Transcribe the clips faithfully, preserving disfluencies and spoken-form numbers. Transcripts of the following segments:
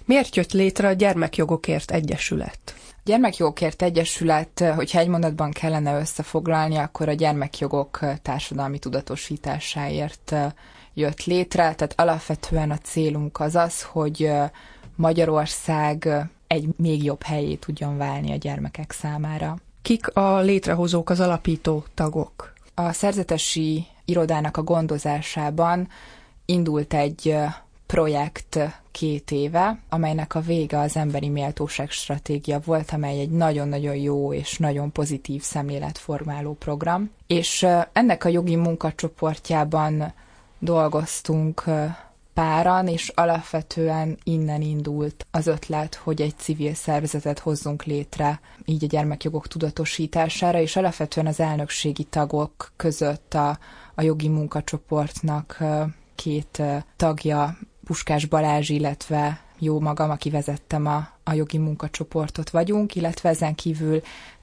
Miért jött létre a Gyermekjogokért Egyesület? A Gyermekjogokért Egyesület, hogyha egy mondatban kellene összefoglalni, akkor a gyermekjogok társadalmi tudatosításáért jött létre. Tehát alapvetően a célunk az az, hogy Magyarország egy még jobb helyé tudjon válni a gyermekek számára. Kik a létrehozók, az alapító tagok? A szerzetesi irodának a gondozásában indult egy projekt két éve, amelynek a vége az emberi méltóság stratégia volt, amely egy nagyon-nagyon jó és nagyon pozitív szemléletformáló program. És ennek a jogi munkacsoportjában dolgoztunk páran, és alapvetően innen indult az ötlet, hogy egy civil szervezetet hozzunk létre így a gyermekjogok tudatosítására, és alapvetően az elnökségi tagok között a, a jogi munkacsoportnak két tagja, Puskás Balázs, illetve jó magam, aki vezettem a, a jogi munkacsoportot vagyunk, illetve ezen kívül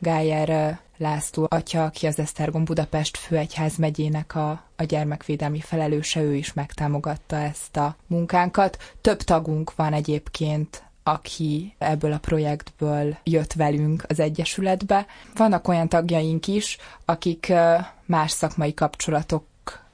Gájer László atya, aki az Esztergom Budapest főegyházmegyének a, a gyermekvédelmi felelőse, ő is megtámogatta ezt a munkánkat. Több tagunk van egyébként, aki ebből a projektből jött velünk az Egyesületbe. Vannak olyan tagjaink is, akik más szakmai kapcsolatok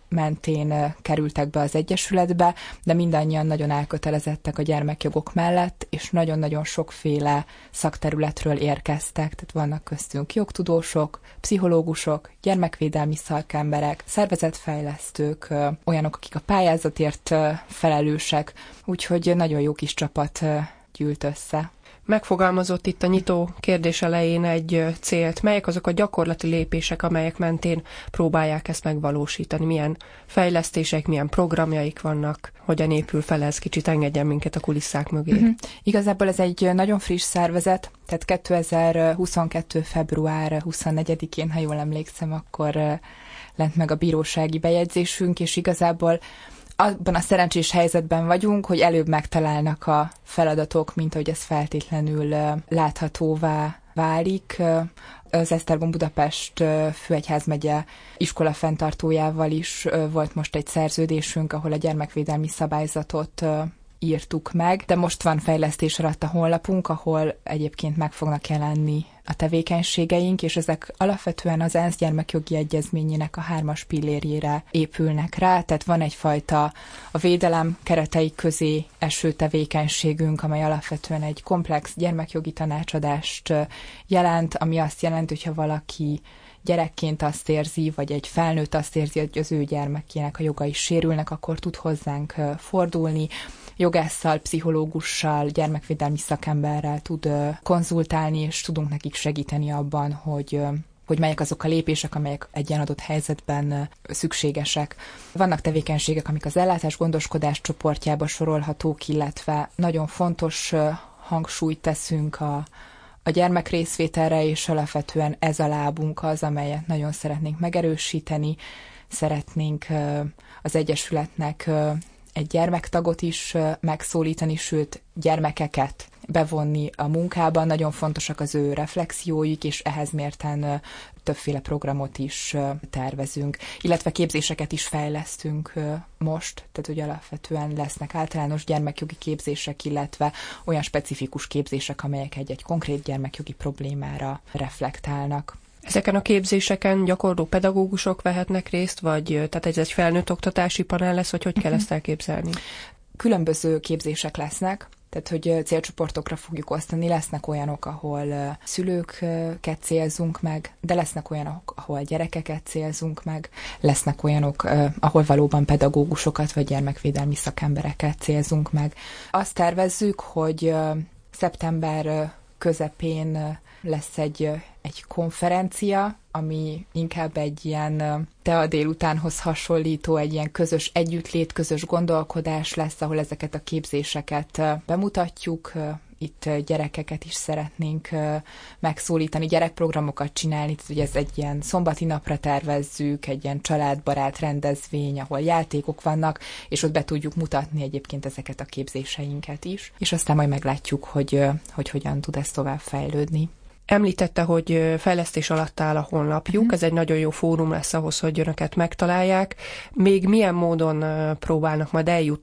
mentén kerültek be az Egyesületbe, de mindannyian nagyon elkötelezettek a gyermekjogok mellett, és nagyon-nagyon sokféle szakterületről érkeztek, tehát vannak köztünk jogtudósok, pszichológusok, gyermekvédelmi szakemberek, szervezetfejlesztők, olyanok, akik a pályázatért felelősek, úgyhogy nagyon jó kis csapat gyűlt össze. Megfogalmazott itt a nyitó kérdés elején egy célt. Melyek azok a gyakorlati lépések, amelyek mentén próbálják ezt megvalósítani? Milyen fejlesztések, milyen programjaik vannak? Hogyan épül fel ez? Kicsit engedjen minket a kulisszák mögé. Uh-huh. Igazából ez egy nagyon friss szervezet, tehát kétezer-huszonkettő. február huszonnegyedikén, ha jól emlékszem, akkor lent meg a bírósági bejegyzésünk, és igazából abban a szerencsés helyzetben vagyunk, hogy előbb megtalálnak a feladatok, mint hogy ez feltétlenül láthatóvá válik. Az Esztergom Budapest főegyházmegye iskola fenntartójával is volt most egy szerződésünk, ahol a gyermekvédelmi szabályzatot írtuk meg, de most van fejlesztés alatt a honlapunk, ahol egyébként meg fognak jelenni a tevékenységeink, és ezek alapvetően az ENSZ gyermekjogi egyezményének a hármas pillérjére épülnek rá, tehát van egyfajta a védelem keretei közé eső tevékenységünk, amely alapvetően egy komplex gyermekjogi tanácsadást jelent, ami azt jelenti, hogyha valaki gyerekként azt érzi, vagy egy felnőtt azt érzi, hogy az ő gyermekének a jogai sérülnek, akkor tud hozzánk fordulni, jogásszal, pszichológussal, gyermekvédelmi szakemberrel tud konzultálni, és tudunk nekik segíteni abban, hogy hogy melyek azok a lépések, amelyek egy ilyen adott helyzetben szükségesek. Vannak tevékenységek, amik az ellátás gondoskodás csoportjába sorolhatók, illetve nagyon fontos hangsúlyt teszünk a a gyermek részvételre, és alapvetően ez a lábunk az, amelyet nagyon szeretnénk megerősíteni. Szeretnénk az Egyesületnek egy gyermektagot is megszólítani, sőt gyermekeket bevonni a munkában. Nagyon fontosak az ő reflexióik, és ehhez mérten többféle programot is tervezünk, illetve képzéseket is fejlesztünk most, tehát hogy alapvetően lesznek általános gyermekjogi képzések, illetve olyan specifikus képzések, amelyek egy-egy konkrét gyermekjogi problémára reflektálnak. Ezeken a képzéseken gyakorló pedagógusok vehetnek részt, vagy tehát ez egy felnőtt oktatási panel lesz, vagy hogy kell uh-huh. ezt elképzelni? Különböző képzések lesznek, tehát hogy célcsoportokra fogjuk osztani, lesznek olyanok, ahol szülőket célzunk meg, de lesznek olyanok, ahol gyerekeket célzunk meg, lesznek olyanok, ahol valóban pedagógusokat vagy gyermekvédelmi szakembereket célzunk meg. Azt tervezzük, hogy szeptember közepén lesz egy, egy konferencia, ami inkább egy ilyen tea délutánhoz hasonlító, egy ilyen közös együttlét, közös gondolkodás lesz, ahol ezeket a képzéseket bemutatjuk. Itt gyerekeket is szeretnénk megszólítani, gyerekprogramokat csinálni, tehát hogy ez egy ilyen szombati napra tervezzük, egy ilyen családbarát rendezvény, ahol játékok vannak, és ott be tudjuk mutatni egyébként ezeket a képzéseinket is, és aztán majd meglátjuk, hogy, hogy hogyan tud ez tovább fejlődni. Említette, hogy fejlesztés alatt áll a honlapjuk, uh-huh. ez egy nagyon jó fórum lesz ahhoz, hogy önöket megtalálják. Még milyen módon próbálnak majd eljutni a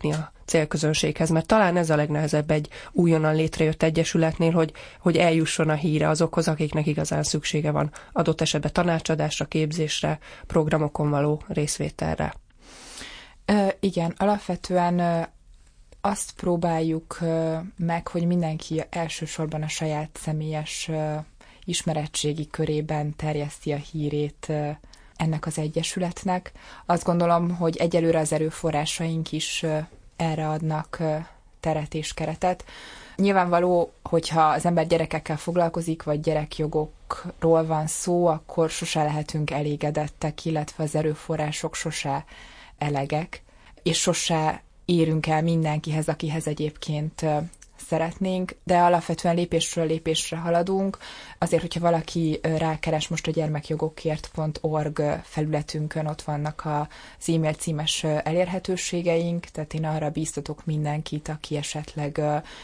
célközönséghez, mert talán ez a legnehezebb egy újonnan létrejött egyesületnél, hogy, hogy eljusson a híre azokhoz, akiknek igazán szüksége van adott esetben tanácsadásra, képzésre, programokon való részvételre. Ö, igen, alapvetően ö, azt próbáljuk ö, meg, hogy mindenki elsősorban a saját személyes ö, ismeretségi körében terjeszti a hírét ö, ennek az egyesületnek. Azt gondolom, hogy egyelőre az erőforrásaink is ö, erre adnak ö, teret és keretet. Nyilvánvaló, hogyha az ember gyerekekkel foglalkozik, vagy gyerekjogokról van szó, akkor sose lehetünk elégedettek, illetve az erőforrások sose elegek, és sose érünk el mindenkihez, akihez egyébként szeretnénk, de alapvetően lépésről lépésre haladunk. Azért, hogyha valaki rákeres most a gyermekjogokért pont org felületünkön, ott vannak az e-mail címes elérhetőségeink, tehát én arra bíztatok mindenkit, aki esetleg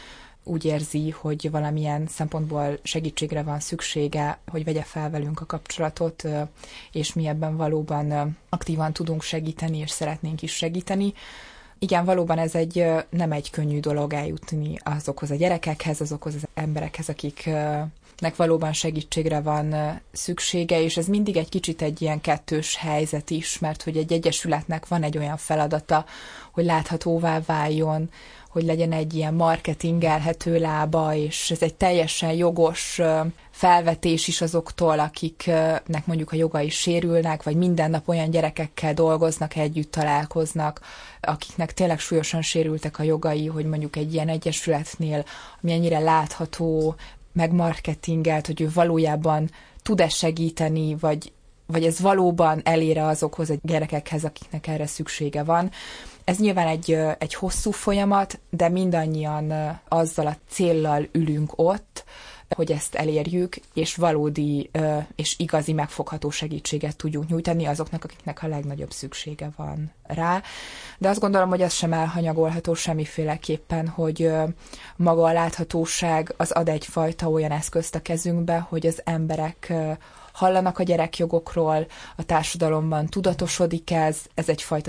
úgy érzi, hogy valamilyen szempontból segítségre van szüksége, hogy vegye fel velünk a kapcsolatot, és mi ebben valóban aktívan tudunk segíteni, és szeretnénk is segíteni. Igen, valóban ez egy nem egy könnyű dolog eljutni azokhoz a gyerekekhez, azokhoz az emberekhez, akiknek valóban segítségre van szüksége, és ez mindig egy kicsit egy ilyen kettős helyzet is, mert hogy egy egyesületnek van egy olyan feladata, hogy láthatóvá váljon, hogy legyen egy ilyen marketingelhető lába, és ez egy teljesen jogos felvetés is azoktól, akiknek mondjuk a jogai sérülnek, vagy minden nap olyan gyerekekkel dolgoznak, együtt találkoznak, akiknek tényleg súlyosan sérültek a jogai, hogy mondjuk egy ilyen egyesületnél, ami ennyire látható, meg marketingelt, hogy ő valójában tud-e segíteni, vagy, vagy ez valóban elére azokhoz a gyerekekhez, akiknek erre szüksége van. Ez nyilván egy, egy hosszú folyamat, de mindannyian azzal a céllal ülünk ott, hogy ezt elérjük, és valódi és igazi megfogható segítséget tudjuk nyújtani azoknak, akiknek a legnagyobb szüksége van rá. De azt gondolom, hogy az sem elhanyagolható semmiféleképpen, hogy maga a láthatóság az ad egyfajta olyan eszközt a kezünkbe, hogy az emberek hallanak a gyerekjogokról, a társadalomban tudatosodik ez, ez egyfajta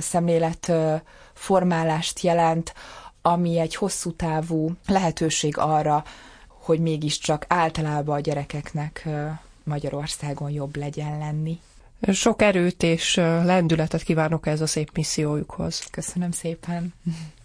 szemléletformálást jelent, ami egy hosszú távú lehetőség arra, hogy mégiscsak általában a gyerekeknek Magyarországon jobb legyen lenni. Sok erőt és lendületet kívánok ez a szép missziójukhoz. Köszönöm szépen!